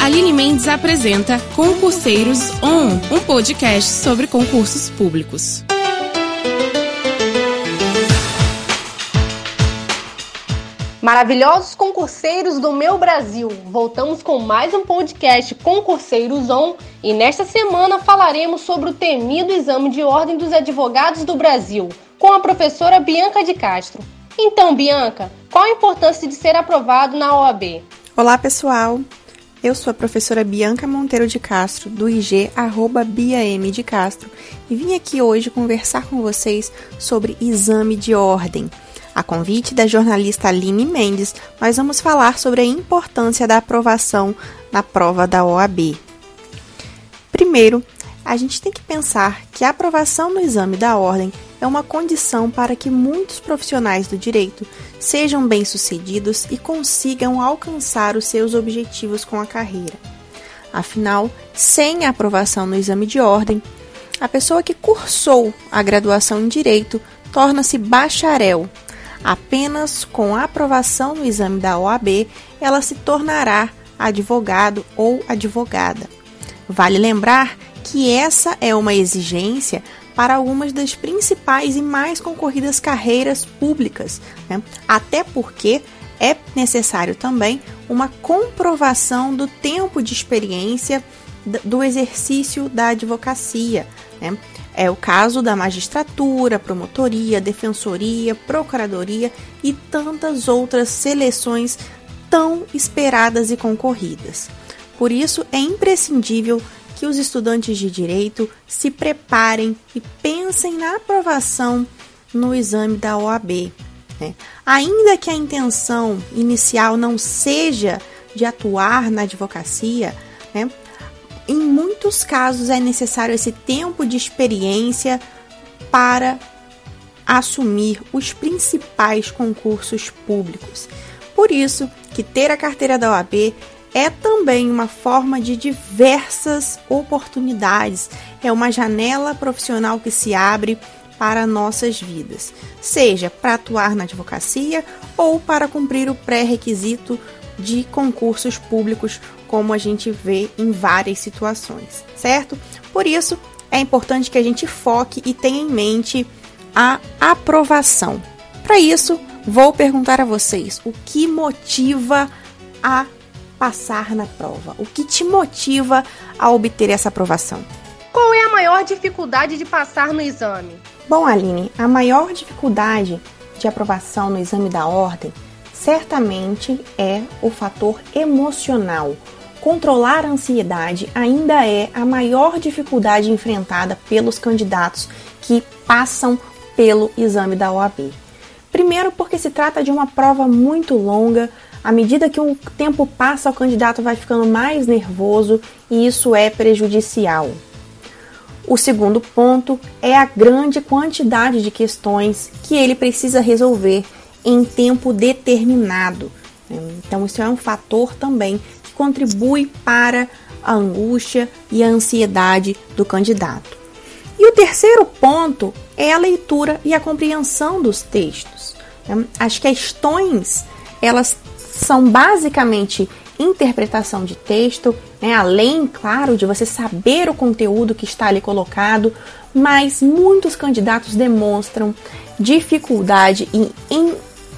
Aline Mendes apresenta Concurseiros On, um podcast sobre concursos públicos. Maravilhosos concurseiros do meu Brasil, voltamos com mais um podcast Concurseiros On e nesta semana falaremos sobre o temido exame de ordem dos advogados do Brasil, com a professora Bianca de Castro. Então, Bianca, qual a importância de ser aprovado na OAB? Olá, pessoal! Eu sou a professora Bianca Monteiro de Castro, do IG @BiaM de Castro, e vim aqui hoje conversar com vocês sobre exame de ordem. A convite da jornalista Aline Mendes, nós vamos falar sobre a importância da aprovação na prova da OAB. Primeiro, a gente tem que pensar que a aprovação no exame da ordem é uma condição para que muitos profissionais do direito sejam bem-sucedidos e consigam alcançar os seus objetivos com a carreira. Afinal, sem a aprovação no exame de ordem, a pessoa que cursou a graduação em direito torna-se bacharel. Apenas com a aprovação no exame da OAB, ela se tornará advogado ou advogada. Vale lembrar que essa é uma exigência para algumas das principais e mais concorridas carreiras públicas, né? Até porque é necessário também uma comprovação do tempo de experiência do exercício da advocacia, né? É o caso da magistratura, promotoria, defensoria, procuradoria e tantas outras seleções tão esperadas e concorridas. Por isso, é imprescindível que os estudantes de direito se preparem e pensem na aprovação no exame da OAB, né? Ainda que a intenção inicial não seja de atuar na advocacia, né? Em muitos casos é necessário esse tempo de experiência para assumir os principais concursos públicos. Por isso que ter a carteira da OAB é também uma forma de diversas oportunidades, é uma janela profissional que se abre para nossas vidas, seja para atuar na advocacia ou para cumprir o pré-requisito de concursos públicos, como a gente vê em várias situações, certo? Por isso, é importante que a gente foque e tenha em mente a aprovação. Para isso, vou perguntar a vocês, o que motiva a passar na prova? O que te motiva a obter essa aprovação? Qual é a maior dificuldade de passar no exame? Bom, Aline, a maior dificuldade de aprovação no exame da ordem certamente é o fator emocional. Controlar a ansiedade ainda é a maior dificuldade enfrentada pelos candidatos que passam pelo exame da OAB. Primeiro, porque se trata de uma prova muito longa. À medida que o tempo passa, o candidato vai ficando mais nervoso e isso é prejudicial. O segundo ponto é a grande quantidade de questões que ele precisa resolver em tempo determinado. Então, isso é um fator também que contribui para a angústia e a ansiedade do candidato. E o terceiro ponto é a leitura e a compreensão dos textos. As questões, elas são basicamente interpretação de texto, né? Além, claro, de você saber o conteúdo que está ali colocado, mas muitos candidatos demonstram dificuldade em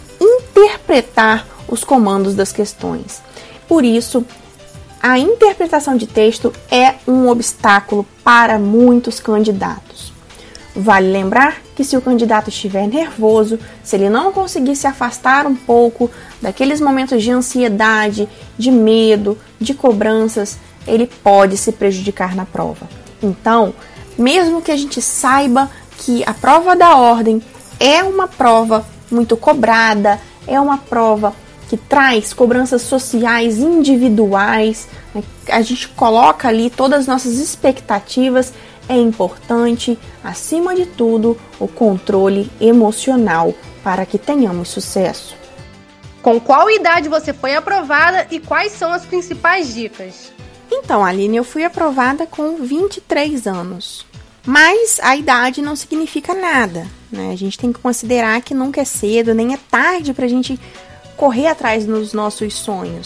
interpretar os comandos das questões. Por isso, a interpretação de texto é um obstáculo para muitos candidatos. Vale lembrar que se o candidato estiver nervoso, se ele não conseguir se afastar um pouco daqueles momentos de ansiedade, de medo, de cobranças, ele pode se prejudicar na prova. Então, mesmo que a gente saiba que a prova da ordem é uma prova muito cobrada, é uma prova que traz cobranças sociais individuais, né? A gente coloca ali todas as nossas expectativas. É importante, acima de tudo, o controle emocional para que tenhamos sucesso. Com qual idade você foi aprovada e quais são as principais dicas? Então, Aline, eu fui aprovada com 23 anos. Mas a idade não significa nada, né? A gente tem que considerar que nunca é cedo, nem é tarde para a gente correr atrás dos nossos sonhos.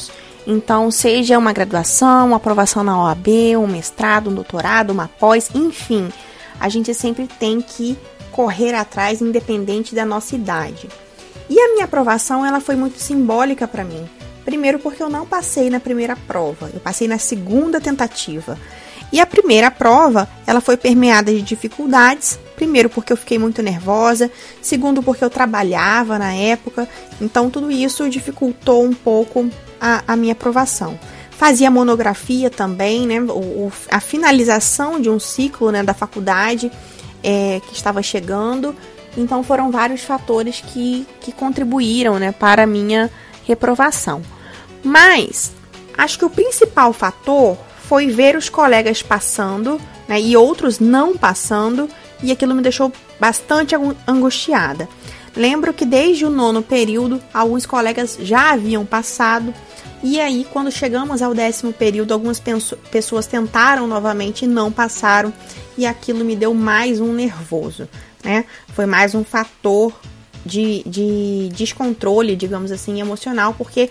Então, seja uma graduação, uma aprovação na OAB, um mestrado, um doutorado, uma pós, enfim, a gente sempre tem que correr atrás, independente da nossa idade. E a minha aprovação, ela foi muito simbólica para mim. Primeiro porque eu não passei na primeira prova, eu passei na segunda tentativa. E a primeira prova, ela foi permeada de dificuldades. Primeiro porque eu fiquei muito nervosa, segundo porque eu trabalhava na época, então tudo isso dificultou um pouco a minha aprovação. Fazia monografia também, né? A finalização de um ciclo, né, da faculdade que estava chegando. Então foram vários fatores que contribuíram, né, para a minha reprovação. Mas acho que o principal fator foi ver os colegas passando, né, e outros não passando, e aquilo me deixou bastante angustiada. Lembro que desde o 9º período, alguns colegas já haviam passado, e aí quando chegamos ao 10º período, algumas pessoas tentaram novamente e não passaram, e aquilo me deu mais um nervoso, né? Foi mais um fator de descontrole, digamos assim, emocional, porque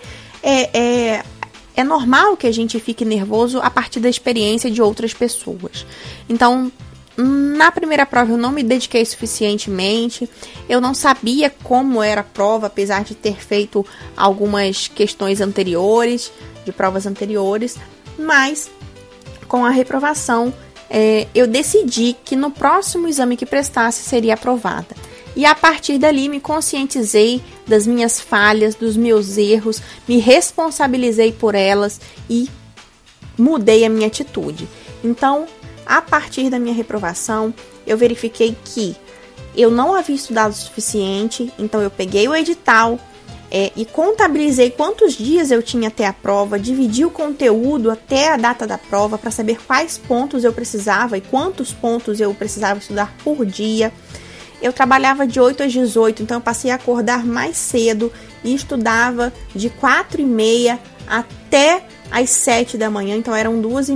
é normal que a gente fique nervoso a partir da experiência de outras pessoas. Então, na primeira prova eu não me dediquei suficientemente, eu não sabia como era a prova, apesar de ter feito algumas questões anteriores, de provas anteriores, mas com a reprovação eu decidi que no próximo exame que prestasse seria aprovada. E a partir dali me conscientizei das minhas falhas, dos meus erros, me responsabilizei por elas e mudei a minha atitude. Então, a partir da minha reprovação, eu verifiquei que eu não havia estudado o suficiente, então eu peguei o edital e contabilizei quantos dias eu tinha até a prova, dividi o conteúdo até a data da prova para saber quais pontos eu precisava e quantos pontos eu precisava estudar por dia. Eu trabalhava de 8 às 18, então eu passei a acordar mais cedo e estudava de 4h30 até às 7 da manhã, então eram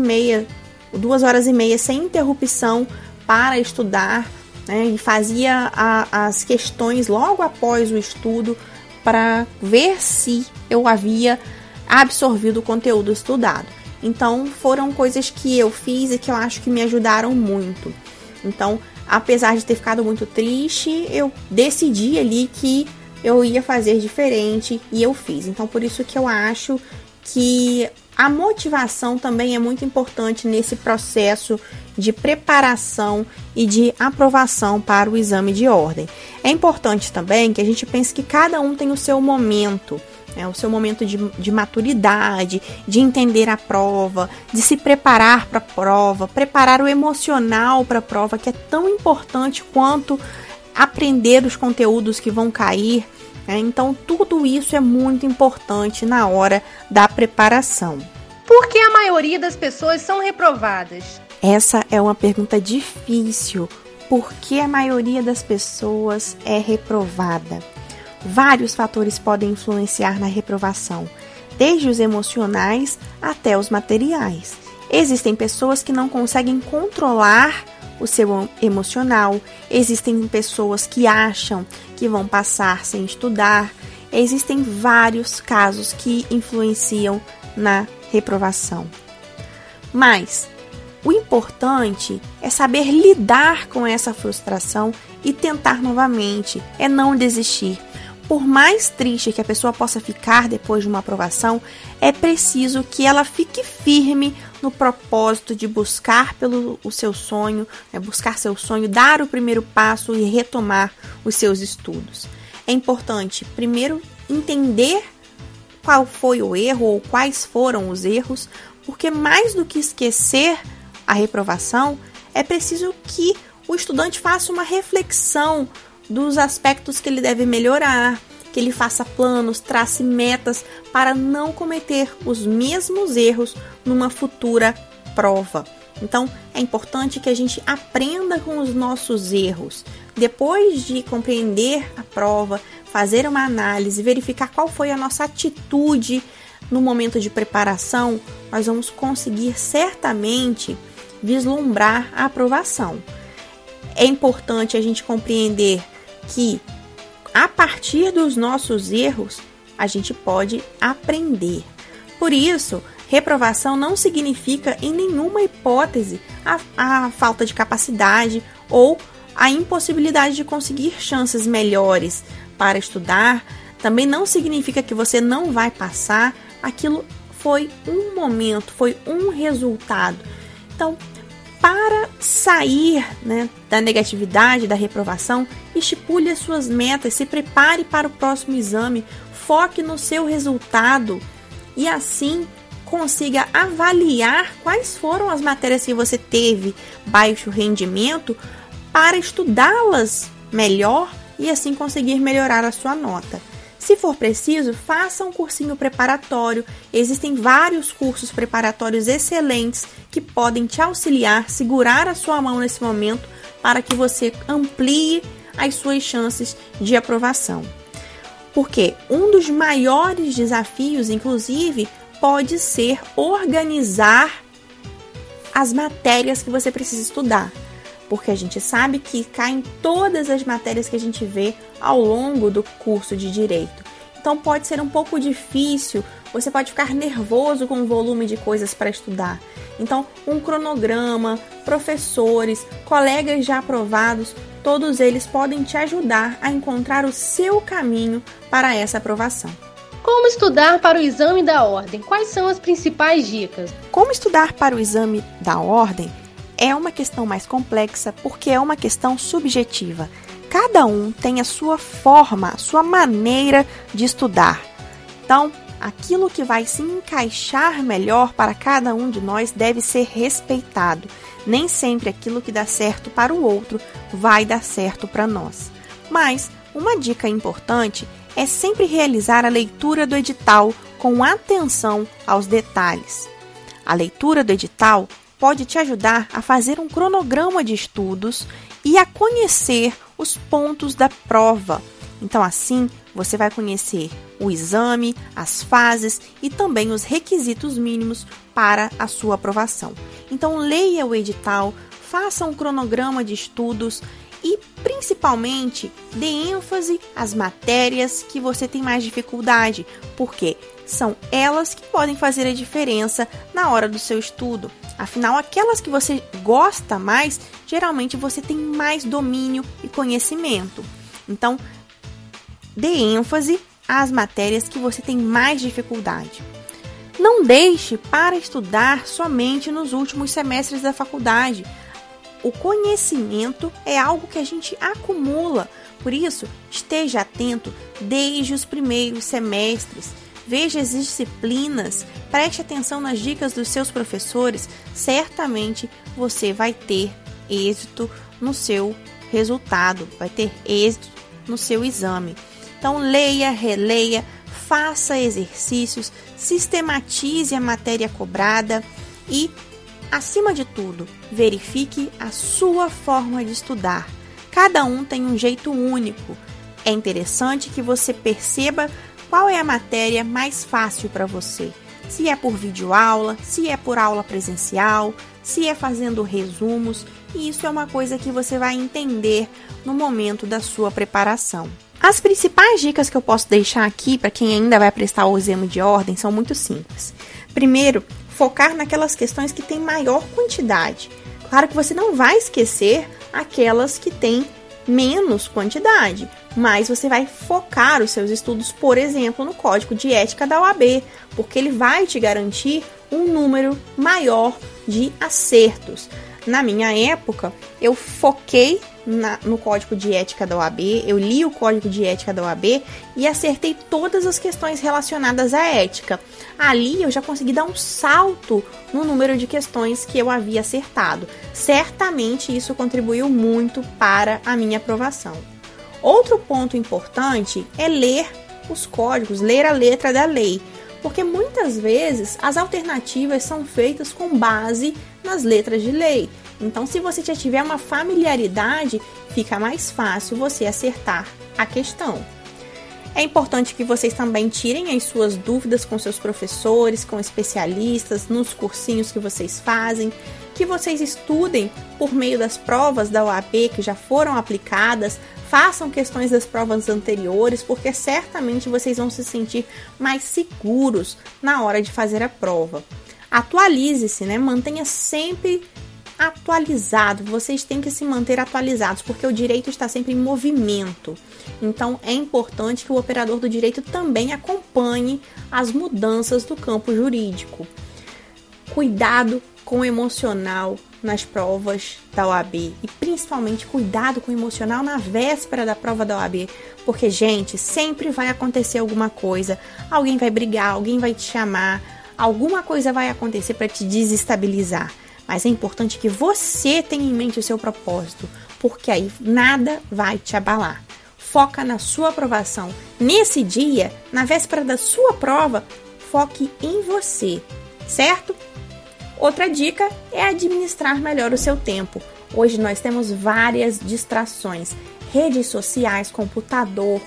2 horas e meia sem interrupção para estudar, né? E fazia as questões logo após o estudo para ver se eu havia absorvido o conteúdo estudado. Então foram coisas que eu fiz e que eu acho que me ajudaram muito. Então, apesar de ter ficado muito triste, eu decidi ali que eu ia fazer diferente e eu fiz. Então, por isso que eu acho que a motivação também é muito importante nesse processo de preparação e de aprovação para o exame de ordem. É importante também que a gente pense que cada um tem o seu momento, o seu momento de maturidade, de entender a prova, de se preparar para a prova, preparar o emocional para a prova, que é tão importante quanto aprender os conteúdos que vão cair. Então, tudo isso é muito importante na hora da preparação. Por que a maioria das pessoas são reprovadas? Essa é uma pergunta difícil. Por que a maioria das pessoas é reprovada? Vários fatores podem influenciar na reprovação, desde os emocionais até os materiais. Existem pessoas que não conseguem controlar o seu emocional, existem pessoas que acham que vão passar sem estudar, existem vários casos que influenciam na reprovação. Mas o importante é saber lidar com essa frustração e tentar novamente, é não desistir. Por mais triste que a pessoa possa ficar depois de uma aprovação, é preciso que ela fique firme no propósito de buscar o seu sonho, buscar seu sonho, dar o primeiro passo e retomar os seus estudos. É importante, primeiro, entender qual foi o erro ou quais foram os erros, porque mais do que esquecer a reprovação, é preciso que o estudante faça uma reflexão dos aspectos que ele deve melhorar, que ele faça planos, trace metas para não cometer os mesmos erros numa futura prova. Então, é importante que a gente aprenda com os nossos erros. Depois de compreender a prova, fazer uma análise, verificar qual foi a nossa atitude no momento de preparação, nós vamos conseguir certamente vislumbrar a aprovação. É importante a gente compreender que a partir dos nossos erros a gente pode aprender. Por isso, reprovação não significa em nenhuma hipótese a falta de capacidade ou a impossibilidade de conseguir chances melhores para estudar. Também não significa que você não vai passar. Aquilo foi um momento, foi um resultado. Então, para sair, da negatividade, da reprovação, estipule as suas metas, se prepare para o próximo exame, foque no seu resultado e assim consiga avaliar quais foram as matérias que você teve baixo rendimento para estudá-las melhor e assim conseguir melhorar a sua nota. Se for preciso, faça um cursinho preparatório. Existem vários cursos preparatórios excelentes que podem te auxiliar, segurar a sua mão nesse momento para que você amplie as suas chances de aprovação. Porque um dos maiores desafios, inclusive, pode ser organizar as matérias que você precisa estudar. Porque a gente sabe que caem todas as matérias que a gente vê ao longo do curso de Direito. Então pode ser um pouco difícil, você pode ficar nervoso com o volume de coisas para estudar. Então, um cronograma, professores, colegas já aprovados, todos eles podem te ajudar a encontrar o seu caminho para essa aprovação. Como estudar para o exame da ordem? Quais são as principais dicas? Como estudar para o exame da ordem é uma questão mais complexa porque é uma questão subjetiva. Cada um tem a sua forma, a sua maneira de estudar. Então, aquilo que vai se encaixar melhor para cada um de nós deve ser respeitado. Nem sempre aquilo que dá certo para o outro vai dar certo para nós. Mas uma dica importante é sempre realizar a leitura do edital com atenção aos detalhes. A leitura do edital pode te ajudar a fazer um cronograma de estudos e a conhecer os pontos da prova. Então, assim, você vai conhecer o exame, as fases e também os requisitos mínimos para a sua aprovação. Então, leia o edital, faça um cronograma de estudos e, principalmente, dê ênfase às matérias que você tem mais dificuldade, porque são elas que podem fazer a diferença na hora do seu estudo. Afinal, aquelas que você gosta mais, geralmente você tem mais domínio e conhecimento. Então, dê ênfase às matérias que você tem mais dificuldade. Não deixe para estudar somente nos últimos semestres da faculdade. O conhecimento é algo que a gente acumula, por isso, esteja atento desde os primeiros semestres. Veja as disciplinas, preste atenção nas dicas dos seus professores, certamente você vai ter êxito no seu resultado, vai ter êxito no seu exame. Então, leia, releia, faça exercícios, sistematize a matéria cobrada e, acima de tudo, verifique a sua forma de estudar. Cada um tem um jeito único. É interessante que você perceba qual é a matéria mais fácil para você. Se é por videoaula, se é por aula presencial, se é fazendo resumos. E isso é uma coisa que você vai entender no momento da sua preparação. As principais dicas que eu posso deixar aqui para quem ainda vai prestar o exame de ordem são muito simples. Primeiro, focar naquelas questões que têm maior quantidade. Claro que você não vai esquecer aquelas que têm menos quantidade, mas você vai focar os seus estudos, por exemplo, no Código de Ética da OAB, porque ele vai te garantir um número maior de acertos. Na minha época, eu foquei no Código de Ética da OAB, eu li o Código de Ética da OAB e acertei todas as questões relacionadas à ética. Ali eu já consegui dar um salto no número de questões que eu havia acertado. Certamente isso contribuiu muito para a minha aprovação. Outro ponto importante é ler os códigos, ler a letra da lei, porque muitas vezes as alternativas são feitas com base nas letras de lei. Então, se você já tiver uma familiaridade, fica mais fácil você acertar a questão. É importante que vocês também tirem as suas dúvidas com seus professores, com especialistas, nos cursinhos que vocês fazem. que vocês estudem por meio das provas da OAB que já foram aplicadas, façam questões das provas anteriores, porque certamente vocês vão se sentir mais seguros na hora de fazer a prova. Atualize-se, né? Mantenha sempre atualizado. Vocês têm que se manter atualizados, porque o direito está sempre em movimento. Então, é importante que o operador do direito também acompanhe as mudanças do campo jurídico. Cuidado com o emocional nas provas da OAB e principalmente cuidado com o emocional na véspera da prova da OAB, porque, gente, sempre vai acontecer alguma coisa, alguém vai brigar, alguém vai te chamar, alguma coisa vai acontecer para te desestabilizar, mas é importante que você tenha em mente o seu propósito, porque aí nada vai te abalar. Foca na sua aprovação. Nesse dia, na véspera da sua prova, foque em você, certo? Outra dica é administrar melhor o seu tempo. Hoje nós temos várias distrações, redes sociais, computador,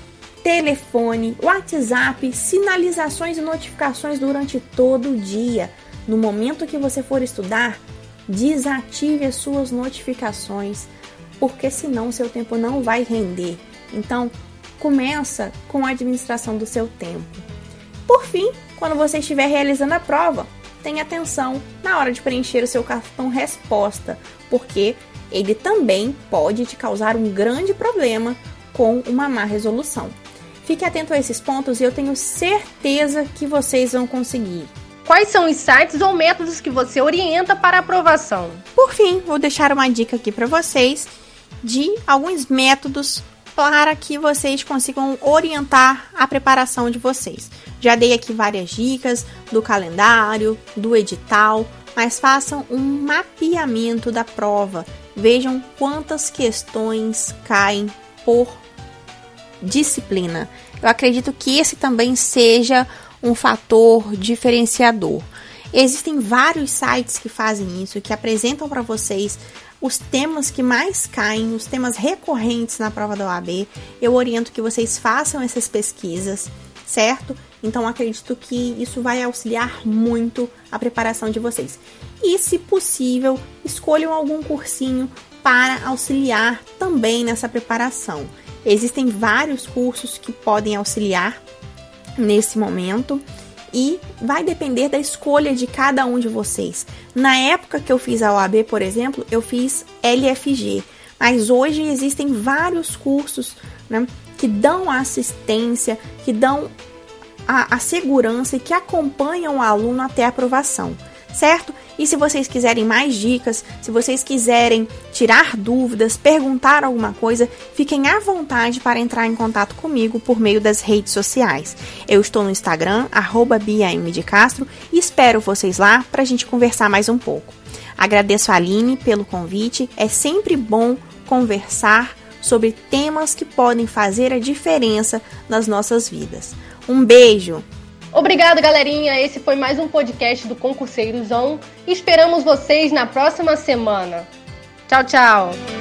telefone, WhatsApp, sinalizações e notificações durante todo o dia. No momento que você for estudar, desative as suas notificações, porque senão o seu tempo não vai render. Então, começa com a administração do seu tempo. Por fim, quando você estiver realizando a prova, tenha atenção na hora de preencher o seu cartão resposta, porque ele também pode te causar um grande problema com uma má resolução. Fique atento a esses pontos e eu tenho certeza que vocês vão conseguir. Quais são os sites ou métodos que você orienta para a aprovação? Por fim, vou deixar uma dica aqui para vocês de alguns métodos para que vocês consigam orientar a preparação de vocês. Já dei aqui várias dicas do calendário, do edital, mas façam um mapeamento da prova. Vejam quantas questões caem por disciplina. Eu acredito que esse também seja um fator diferenciador. Existem vários sites que fazem isso, que apresentam para vocês os temas que mais caem, os temas recorrentes na prova da OAB. Eu oriento que vocês façam essas pesquisas, certo? Então, acredito que isso vai auxiliar muito a preparação de vocês. E, se possível, escolham algum cursinho para auxiliar também nessa preparação. Existem vários cursos que podem auxiliar nesse momento e vai depender da escolha de cada um de vocês. Na época que eu fiz a OAB, por exemplo, eu fiz LFG, mas hoje existem vários cursos, né, que dão assistência, que dão a segurança e que acompanham o aluno até a aprovação, certo? E se vocês quiserem mais dicas, se vocês quiserem tirar dúvidas, perguntar alguma coisa, fiquem à vontade para entrar em contato comigo por meio das redes sociais. Eu estou no Instagram, @BiaMDeCastro, e espero vocês lá para a gente conversar mais um pouco. Agradeço a Aline pelo convite, é sempre bom conversar sobre temas que podem fazer a diferença nas nossas vidas. Um beijo! Obrigado, galerinha. Esse foi mais um podcast do Concurseiros On. Esperamos vocês na próxima semana. Tchau, tchau!